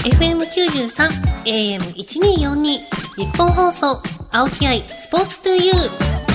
FM93 AM1242 日本放送青木愛スポーツトゥーユー。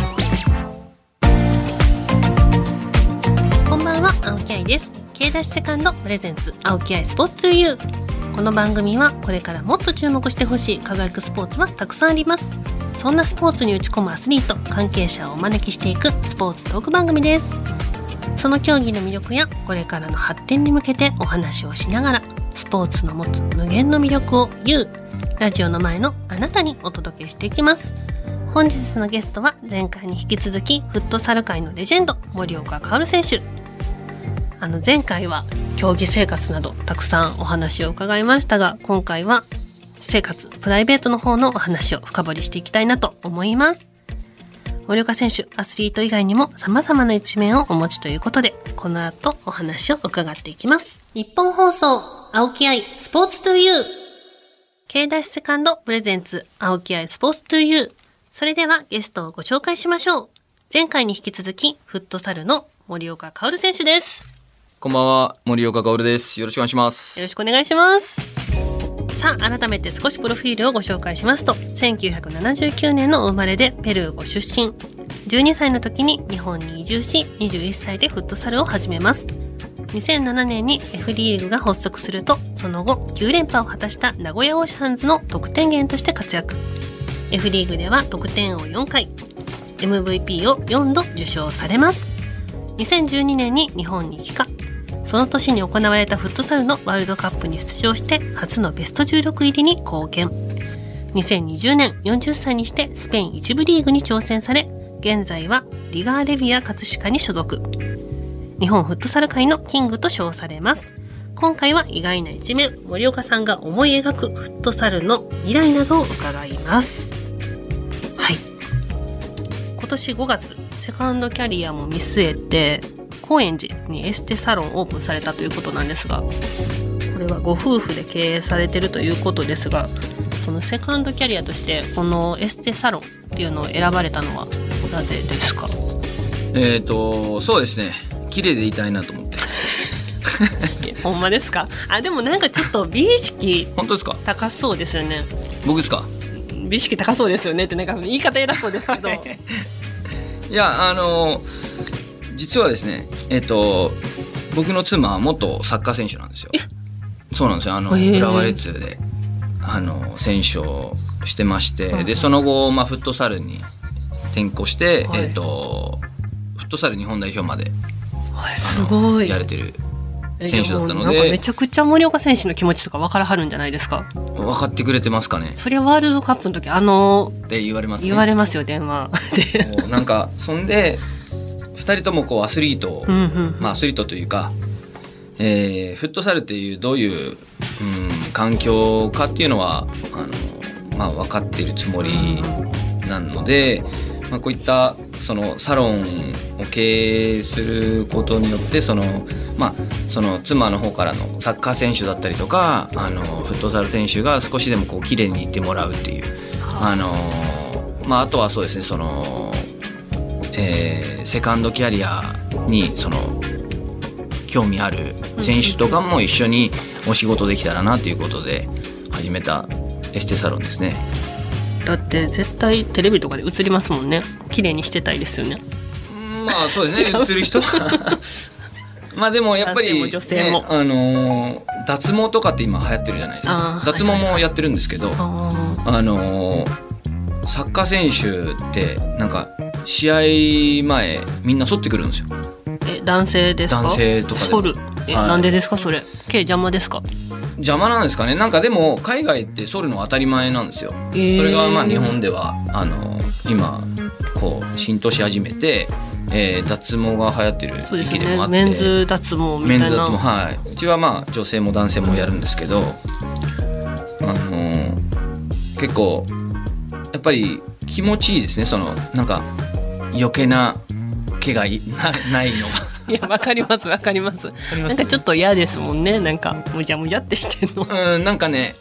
こんばんは、青木愛です。 K ダッシュセカンドプレゼンツ青木愛スポーツトゥーユー。この番組はこれからもっと注目してほしい輝くスポーツはたくさんあります。そんなスポーツに打ち込むアスリート関係者をお招きしていくスポーツトーク番組です。その競技の魅力やこれからの発展に向けてお話をしながらスポーツの持つ無限の魅力をラジオの前のあなたにお届けしていきます。本日のゲストは前回に引き続きフットサル界のレジェンド森岡薫選手。前回は競技生活などたくさんお話を伺いましたが、今回は生活プライベートの方のお話を深掘りしていきたいなと思います。森岡選手、アスリート以外にも様々な一面をお持ちということで、この後お話を伺っていきます。日本放送青木愛スポーツトゥーユー、 K ダッシュセカンドプレゼンツ青木愛スポーツトゥーユー。それではゲストをご紹介しましょう。前回に引き続きフットサルの森岡薫選手です。 こんばんは、森岡薫です。よろしくお願いします。 よろしくお願いします。さあ、改めて少しプロフィールをご紹介しますと、1979年のお生まれでペルーご出身。12歳の時に日本に移住し、21歳でフットサルを始めます。2007年に F リーグが発足すると、その後9連覇を果たした名古屋オーシャンズの得点源として活躍。F リーグでは得点王4回、MVP を4度受賞されます。2012年に日本に帰化。その年に行われたフットサルのワールドカップに出場して初のベスト16入りに貢献。2020年40歳にしてスペイン1部リーグに挑戦され、現在はリガーレビア葛飾に所属。日本フットサル界のキングと称されます。今回は意外な一面、森岡さんが思い描くフットサルの未来などを伺います。はい。今年5月、セカンドキャリアも見据えて高円寺にエステサロンオープンされたということなんですが、これはご夫婦で経営されているということですが、そのセカンドキャリアとしてこのエステサロンっていうのを選ばれたのはなぜですか？ そうですね、綺麗でいたいなと思ってほんまですか？でもなんかちょっと美意識本当ですか？ 高そうですよね。 僕ですか？ 美意識高そうですよねって、なんか言い方偉そうですけどいや、実はですね、僕の妻は元サッカー選手なんですよ。そうなんですよ。浦和レッズで選手をしてまして、でその後、フットサルに転向して、フットサル日本代表まで、 すごいやれてる選手だったので、 なんかめちゃくちゃ森岡選手の気持ちとか分からはるんじゃないですか？ 分かってくれてますかね？ それはワールドカップの時って言われますね。 言われますよ、電話で。 そう、なんかそんで2人ともこうアスリート、アスリートというか、フットサルっていうどういう、環境かっていうのは分かっているつもりなので、こういったそのサロンを経営することによってその妻の方からのサッカー選手だったりとかフットサル選手が少しでもこう綺麗にいってもらうっていう、あとはそうですね、その、セカンドキャリアにその興味ある選手とかも一緒にお仕事できたらなということで始めたエステサロンですね。 だって絶対テレビとかで映りますもんね。綺麗にしてたいですよね。 そうですね映る人でもやっぱり、 女性も、 脱毛とかって今流行ってるじゃないですか。脱毛もやってるんですけど、サッカー選手ってなんか試合前みんな剃ってくるんですよ。 男性ですか？ 男性とかで剃る。なんでですかそれ？毛邪魔ですか？ 邪魔なんですかね。なんかでも海外って剃るの当たり前なんですよ。それが日本では今こう浸透し始めて、脱毛が流行ってる時期でもあって、 メンズ脱毛みたいな。 メンズ脱毛、はい。うちは女性も男性もやるんですけど、結構やっぱり気持ちいいですね。そのなんか余計な毛がないのがいや、わかりますわかります。なんかちょっと嫌ですもんね。なんかむじゃむじゃってしてんの。 なんかね、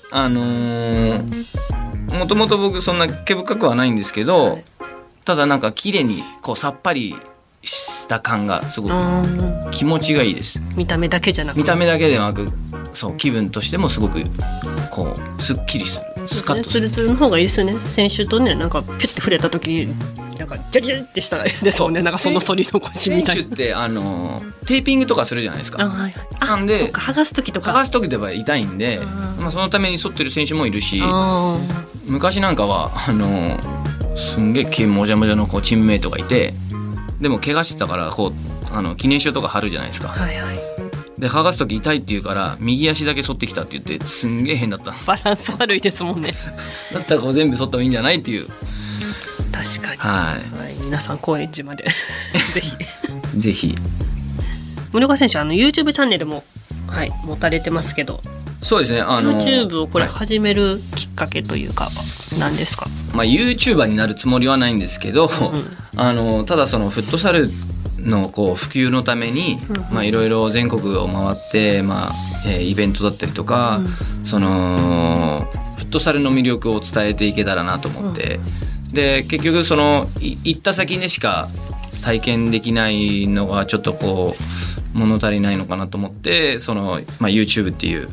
もともと僕そんな毛深くはないんですけど、ただなんか綺麗にこうさっぱりした感がすごく気持ちがいいです。 見た目だけじゃなく、 見た目だけではなく、そう気分としてもすごくこうすっきりする、スカッとする。 ツルツルの方がいいですよね。選手とね、なんかピュッて触れた時になんかジャリジャリってしたらですもんね。なんかその反り残しみたいな。 選手ってテーピングとかするじゃないですか。 はいはい、 なんでそっか、剥がす時とか。 剥がす時では痛いんで、まあ、そのために反ってる選手もいるし、昔なんかはすんげえもじゃもじゃのこうチームメイトがいて、でも怪我してたからこう記念書とか貼るじゃないですか。 はいはい。 で剥がす時痛いって言うから右足だけ反ってきたって言って、すんげえ変だった。 バランス悪いですもんね。 だったらこう全部反った方がいいんじゃないっていう。 確かに、 はいはい、皆さん高円寺までぜひぜひ。 森岡選手YouTube チャンネルも、はい、持たれてますけど、 そうですね、 YouTube をこれはい、 始めるきっかけというか何ですか？ まあ、YouTuber になるつもりはないんですけど、ただそのフットサルのこう普及のためにいろいろ全国を回って、イベントだったりとか、そのフットサルの魅力を伝えていけたらなと思って、で結局その行った先でしか体験できないのがちょっとこう物足りないのかなと思って、その、YouTube っていう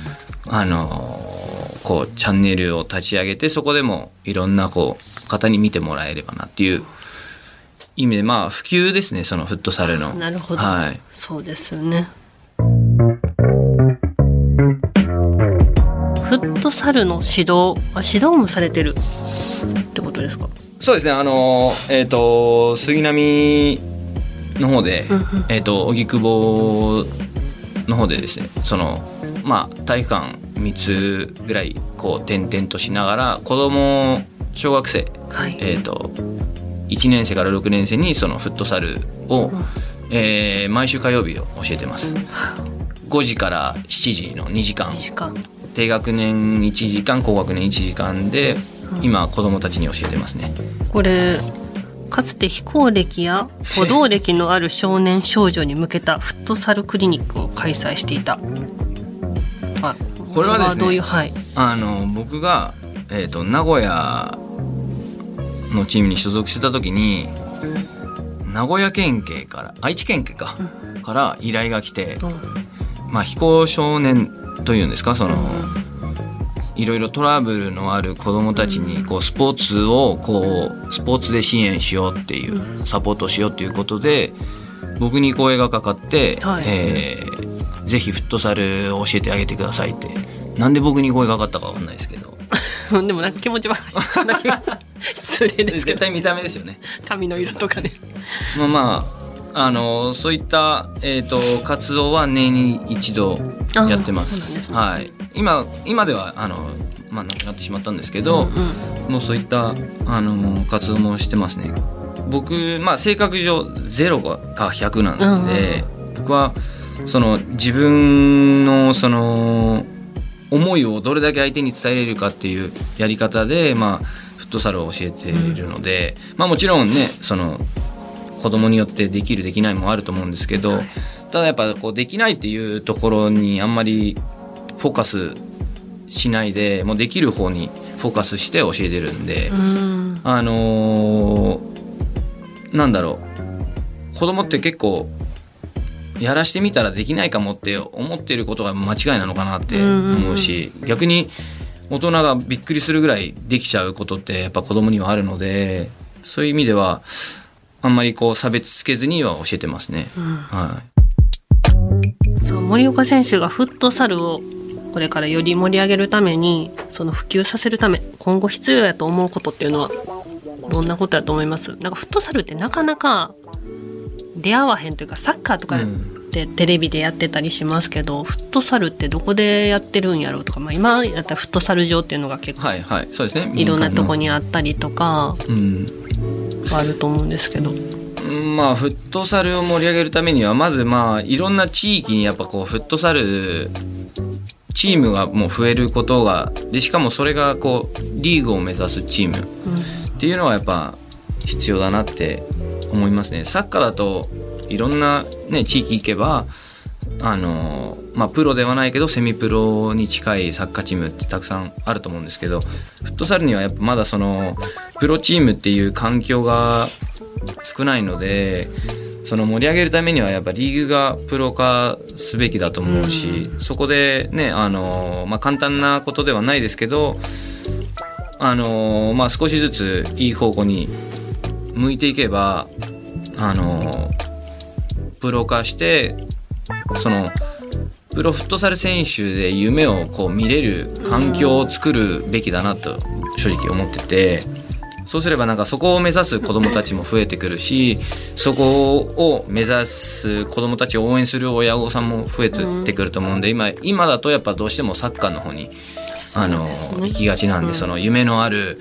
こうチャンネルを立ち上げて、そこでもいろんなこう方に見てもらえればなっていう意味で、普及ですね、そのフットサルの。 なるほど、 はい、 そうですよね。フットサルの指導もされてるってことですか？ そうですね、杉並の方で、荻窪の方でですね、その体育館3つぐらいこう転々としながら、子供小学生、はい、1年生から6年生にそのフットサルを、毎週火曜日を教えてます。5時から7時の2時間、低学年1時間高学年1時間で、今子供たちに教えてますね。これかつて非行歴や補導歴のある少年少女に向けたフットサルクリニックを開催していた。 これはですね、 どういう、はい、 僕が、名古屋のチームに所属してた時に、名古屋県警から愛知県警から依頼が来て、非行少年というんですか、その、いろいろトラブルのある子どもたちにこうスポーツをこうスポーツで支援しようっていう、サポートしようっていうことで僕に声がかかって、はい、ぜひフットサルを教えてあげてくださいって。なんで僕に声がかかったか分かんないですけどでもなんか気持ちは失礼ですけど、 絶対見た目ですよね、 髪の色とかね。 そういった、活動は年に一度やってます。はい、今ではなくなってしまったんですけど、もうそういった活動もしてますね。僕、性格上0か100なので、僕はその自分のその思いをどれだけ相手に伝えれるかっていうやり方で、フットサルを教えているので、もちろんね、その子供によってできるできないもあると思うんですけど、ただやっぱこうできないっていうところにあんまりフォーカスしないで、もうできる方にフォーカスして教えてるんで、なんだろう、子供って結構やらしてみたらできないかもって思ってることが間違いなのかなって思うし、逆に大人がびっくりするぐらいできちゃうことってやっぱ子供にはあるので、そういう意味ではあんまりこう差別つけずには教えてますね。はい、 そう、森岡選手がフットサルをこれからより盛り上げるために、その普及させるため今後必要やと思うことっていうのはどんなことだと思います？なんかフットサルってなかなか出会わへんというか、サッカーとかってテレビでやってたりしますけど、フットサルってどこでやってるんやろうとか、今やったらフットサル場っていうのが結構、 そうですね、 いろんなとこにあったりとかあると思うんですけど、 フットサルを盛り上げるためにはまずいろんな地域にやっぱこうフットサルチームがもう増えることがで、しかもそれがこうリーグを目指すチームっていうのはやっぱ必要だなって思いますね。サッカーだといろんな、地域行けばプロではないけどセミプロに近いサッカーチームってたくさんあると思うんですけど、フットサルにはやっぱまだそのプロチームっていう環境が少ないので、 その盛り上げるためにはやっぱリーグがプロ化すべきだと思うし、そこでね簡単なことではないですけど少しずついい方向に向いていけばプロ化してそのプロフットサル選手で夢をこう見れる環境を作るべきだなと正直思ってて、そうすればなんかそこを目指す子どもたちも増えてくるし、そこを目指す子どもたちを応援する親御さんも増えてくると思うんで、今だとやっぱどうしてもサッカーの方に行きがちなんで、その夢のある、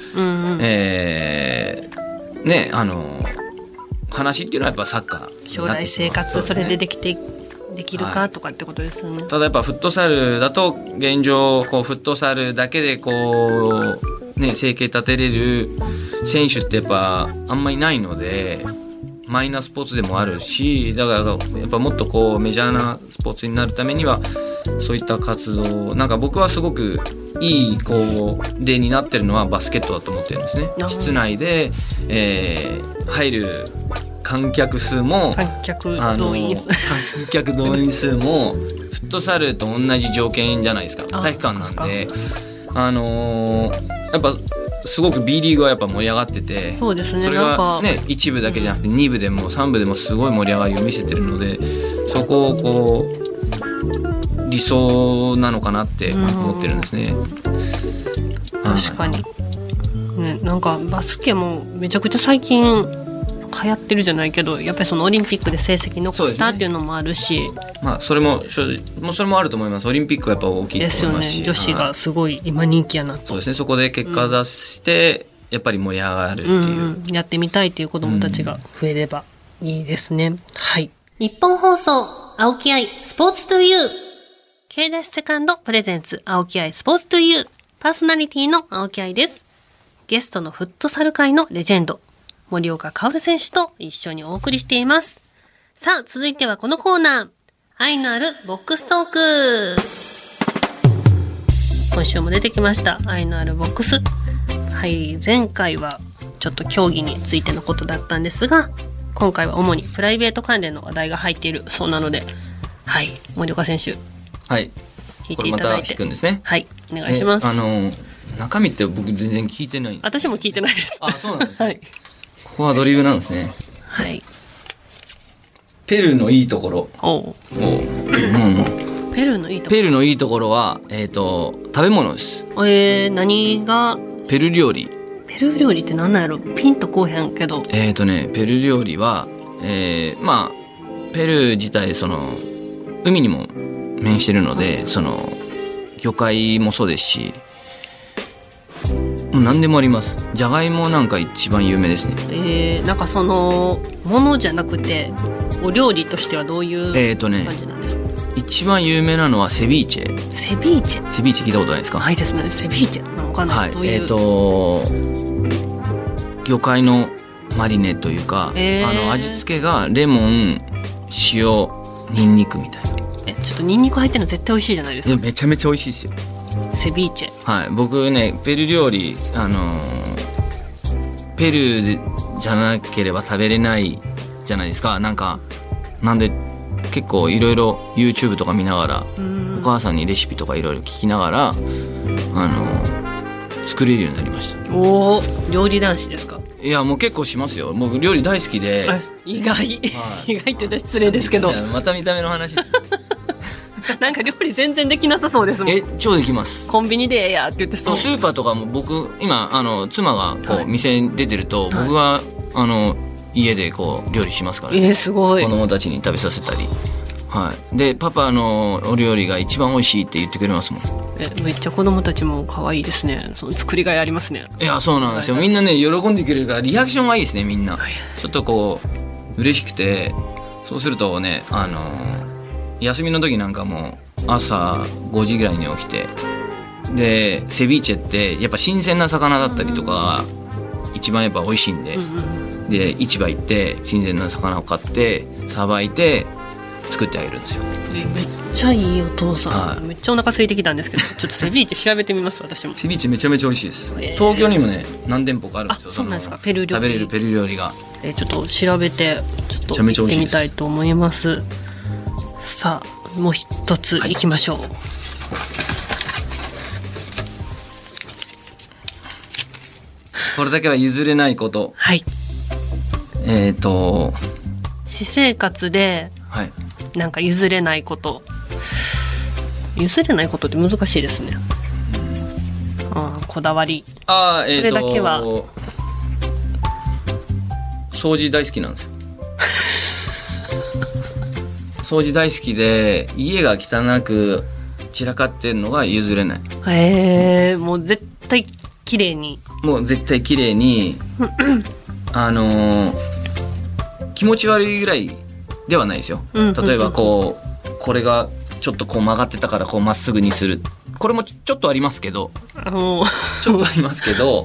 話っていうのはやっぱサッカー、 将来生活それでできるかとかってことですよね。 ただやっぱフットサルだと現状こうフットサルだけでこうね生計立てれる選手ってやっぱあんまりないので、マイナースポーツでもあるし、だからやっぱもっとこうメジャーなスポーツになるためにはそういった活動、なんか僕はすごくいいこう例になってるのはバスケットだと思ってるんですね。室内で、入る観客数も観客動員数もフットサルと同じ条件じゃないですか。体育館なんでやっぱすごく B リーグはやっぱ盛り上がってて、 そうですね、 それはね1部だけじゃなくて2部でも3部でもすごい盛り上がりを見せてるので、そこをこう理想なのかなって思ってるんですね。 確かに、ね、なんかバスケもめちゃくちゃ最近流行ってるじゃないけど、やっぱりそのオリンピックで成績残したっていうのもあるし、 それもあると思います。オリンピックはやっぱ大きいと思いますし、 ですよね、女子がすごい今人気やなと。 そうですね、そこで結果出して、やっぱり盛り上がるっていう、 やってみたいっていう子どもたちが増えればいいですね。はい。日本放送青木愛スポーツトゥユー K ダッシュセカンドプレゼンツ青木愛スポーツトゥユー、パーソナリティの青木愛です。ゲストのフットサル界のレジェンド森岡薫選手と一緒にお送りしています。さあ、続いてはこのコーナー、愛のあるボックストーク。今週も出てきました愛のあるボックス。はい、前回はちょっと競技についてのことだったんですが、今回は主にプライベート関連の話題が入っているそうなので、はい、森岡選手、 はい、 聞いていただいて。 これまた聞くんですね。 はい、お願いします。 中身って僕全然聞いてないんです。 私も聞いてないです。 あ、そうなんですね。 はい、 ここはドリブなんですね。 はい。 ペルーのいいところ。 ペルーのいいところ。 ペルーのいいところは食べ物です。 何が？ ペルー料理。 ペルー料理って何なんやろ？ピンとこうへんけど。 ペルー料理はペルー自体その海にも面してるので、その魚介もそうですし。もう何でもあります。じゃがいもなんか一番有名ですね。 なんかそのものじゃなくてお料理としてはどういう感じなんですか？ 一番有名なのはセビーチェ。 セビーチェ聞いたことないですか？ ないですね。セビーチェわかんない。 はい、 どういう？ 魚介のマリネというか、味付けがレモン、塩、ニンニクみたいな。 ちょっとニンニク入ってるの絶対美味しいじゃないですか。 めちゃめちゃ美味しいですよ。 セビーチェ。 はい、僕ねペルー料理ペルーじゃなければ食べれないじゃないですか。なんで結構いろいろ YouTube とか見ながらお母さんにレシピとかいろいろ聞きながら作れるようになりました。 おー、料理男子ですか？ いやもう結構しますよ。僕料理大好きで。 意外、はい、意外って言ったら失礼ですけど。 また見た目の話。 なんか料理全然できなさそうですもん。 超できます。 コンビニでええやって言ってそう。 スーパーとかも僕今妻がこう店に出てると、僕が家でこう料理しますからね。 すごい。 子供たちに食べさせたり、はい、でパパのお料理が一番美味しいって言ってくれますもん。 めっちゃ子供たちも可愛いですね。その作りがいありますね。 いやそうなんですよ。みんなね喜んでくれるからリアクションがいいですね。みんなちょっとこう嬉しくて、そうするとね休みの時なんかも朝5時ぐらいに起きて、でセビーチェってやっぱ新鮮な魚だったりとか一番やっぱ美味しいんで、で市場行って新鮮な魚を買ってさばいて作ってあげるんですよ。 めっちゃいいお父さん、 はい、 めっちゃお腹空いてきたんですけどちょっとセビーチェ調べてみます私も。 セビーチェめちゃめちゃ美味しいです。東京にもね何店舗かあるんですよ。 そうなんですか。ペルー料理食べれるペルー料理が、 ちょっと調べてちょっと行ってみたいと思います。さあもう一ついきましょう、はい、 これだけは譲れないこと。 はい。私生活でなんか譲れないこと、譲れないことって難しいですね。こだわり。これだけは掃除大好きなんですよ。掃除大好きで家が汚く散らかってるのが譲れない。 もう絶対綺麗に、 もう絶対綺麗に気持ち悪いぐらいではないですよ。例えばこれがちょっとこう曲がってたからこうまっすぐにする、これもちょっとありますけどちょっとありますけど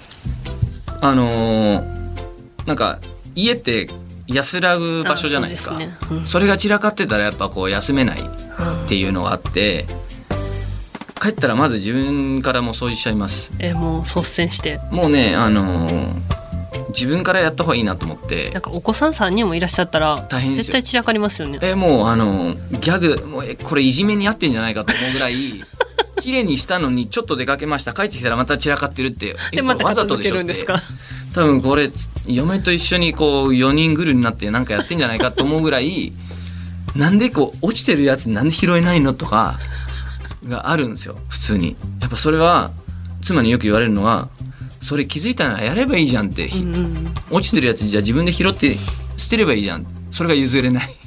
なんか家って安らぐ場所じゃないですか。それが散らかってたらやっぱこう休めないっていうのがあって、帰ったらまず自分からもう掃除しちゃいます。 もう率先してもうね自分からやった方がいいなと思って。 なんかお子さん3人もいらっしゃったら大変ですよ。 絶対散らかりますよね。 もうギャグもうこれいじめにあってんじゃないかと思うぐらい綺麗にしたのにちょっと出かけました、帰ってきたらまた散らかってるって、 でまた片付けるんですか。 多分これ嫁と一緒にこう4人ぐるになってなんかやってんじゃないかと思うぐらいなんでこう落ちてるやつなんで拾えないのとかがあるんですよ普通に。やっぱそれは妻によく言われるのは、それ気づいたらやればいいじゃんって、落ちてるやつじゃあ自分で拾って捨てればいいじゃん、それが譲れない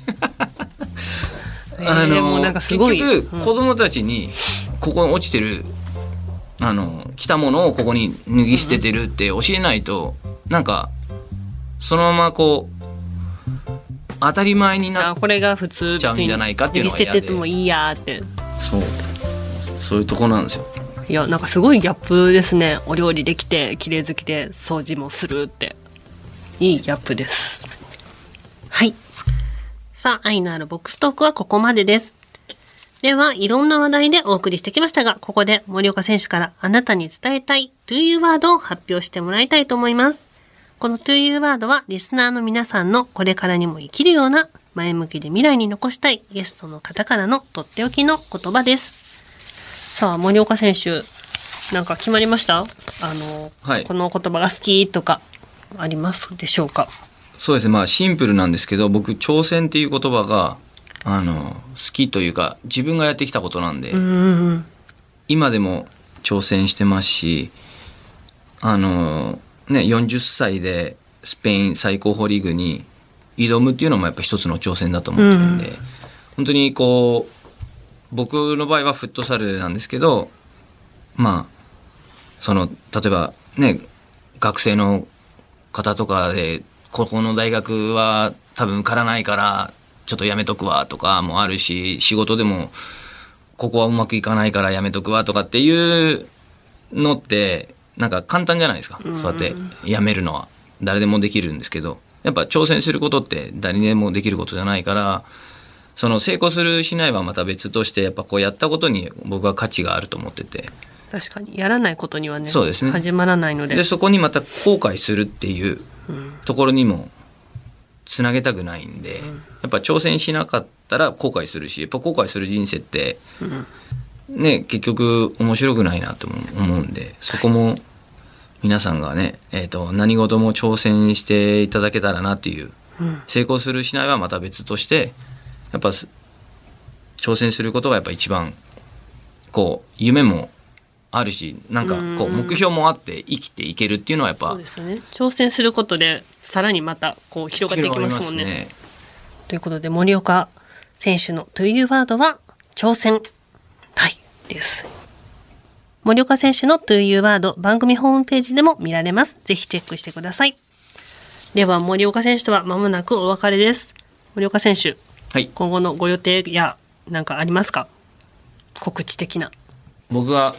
もうなんかすごい結局子供たちにここに落ちてる来たものをここに脱ぎ捨ててるって教えないと、なんかそのままこう当たり前になっこれが普通ちゃうんじゃないかっていうのが嫌で、 脱ぎ捨てててもいいやって。 そういうとこなんですよ。 いやなんかすごいギャップですね。お料理できて綺麗好きで掃除もするっていいギャップです。はい。さあ愛のあるボックストークはここまでです。ではいろんな話題でお送りしてきましたが、ここで森岡選手からあなたに伝えたい To You ワードを発表してもらいたいと思います。この To You ワードはリスナーの皆さんのこれからにも生きるような前向きで未来に残したいゲストの方からのとっておきの言葉です。さあ森岡選手なんか決まりました？ はい、 この言葉が好きとかありますでしょうか？ そうですね、まあシンプルなんですけど、僕挑戦っていう言葉が好きというか自分がやってきたことなんで、今でも挑戦してますし、40歳でスペイン最高峰リーグに挑むっていうのもやっぱ一つの挑戦だと思ってるんで、本当にこう僕の場合はフットサルなんですけど、まあ例えばね学生の方とかでここの大学は多分受からないからちょっとやめとくわとかもあるし、仕事でもここはうまくいかないからやめとくわとかっていうのってなんか簡単じゃないですか。そうやってやめるのは誰でもできるんですけど、やっぱ挑戦することって誰にでもできることじゃないから、その成功するしないはまた別として、やっぱこうやったことに僕は価値があると思ってて。 確かにやらないことにはね、 そうですね、 始まらないので、 そこにまた後悔するっていうところにもつなげたくないんで、やっぱ挑戦しなかったら後悔するし、やっぱ後悔する人生って、ね、結局面白くないなと思うんで、そこも皆さんがね、何事も挑戦していただけたらなっていう、成功するしないはまた別として、やっぱ挑戦することがやっぱ一番こう夢もあるし、なんかこう目標もあって生きていけるっていうのはやっぱ、 そうですね、挑戦することでさらにまたこう広がっていきますもんね。ということで森岡選手の To You ワードは挑戦、はいです。森岡選手の To You ワード番組ホームページでも見られます。ぜひチェックしてください。では森岡選手とは間もなくお別れです。森岡選手、はい、今後のご予定や何かありますか？告知的な。 僕は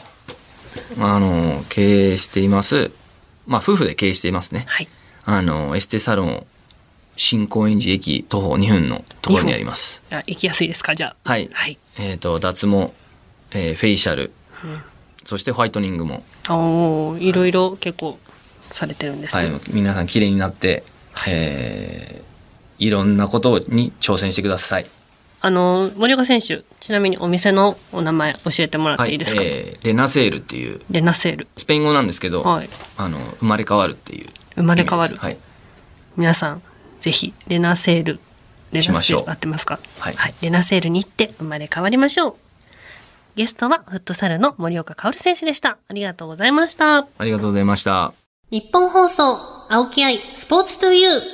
経営しています、夫婦で経営していますね、はい、エステサロン新高円寺駅徒歩2分のところにあります。 行きやすいですか？じゃあ。 はい、はい、脱毛、フェイシャル、そしてホワイトニングもいろいろ結構されてるんですね。 はい、皆さん綺麗になって、いろんなことに挑戦してください。 森岡選手、ちなみにお店のお名前教えてもらっていいですか？ レナセールっていう、 レナセール、 スペイン語なんですけど、 はい、 生まれ変わるっていう、 生まれ変わる、 はい、 皆さんぜひレナセール、合ってますか？はい、はい、レナセールに行って生まれ変わりましょう。ゲストはフットサルの森岡薫選手でした。ありがとうございました。 ありがとうございました。 日本放送青木愛スポーツトゥユー。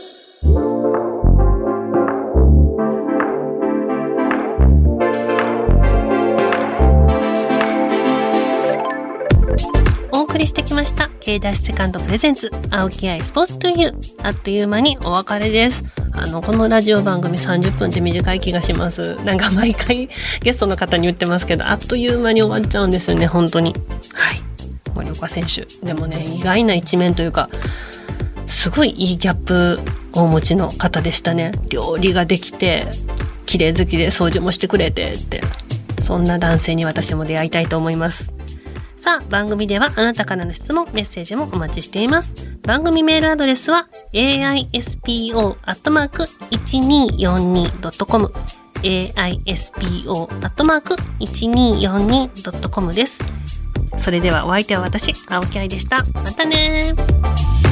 お送りしてきました K ダッシュセカンドプレゼンツ青木愛スポーツトゥユー。あっという間にお別れです。このラジオ番組30分って短い気がします。なんか毎回ゲストの方に言ってますけど、あっという間に終わっちゃうんですよね、本当に。はい、森岡選手でもね、意外な一面というか、すごいいいギャップをお持ちの方でしたね。料理ができて綺麗好きで掃除もしてくれてって、そんな男性に私も出会いたいと思います。さあ、番組ではあなたからの質問、メッセージもお待ちしています。番組メールアドレスは aispo@1242.com aispo@1242.com です。それではお相手は私、青木愛でした。またね。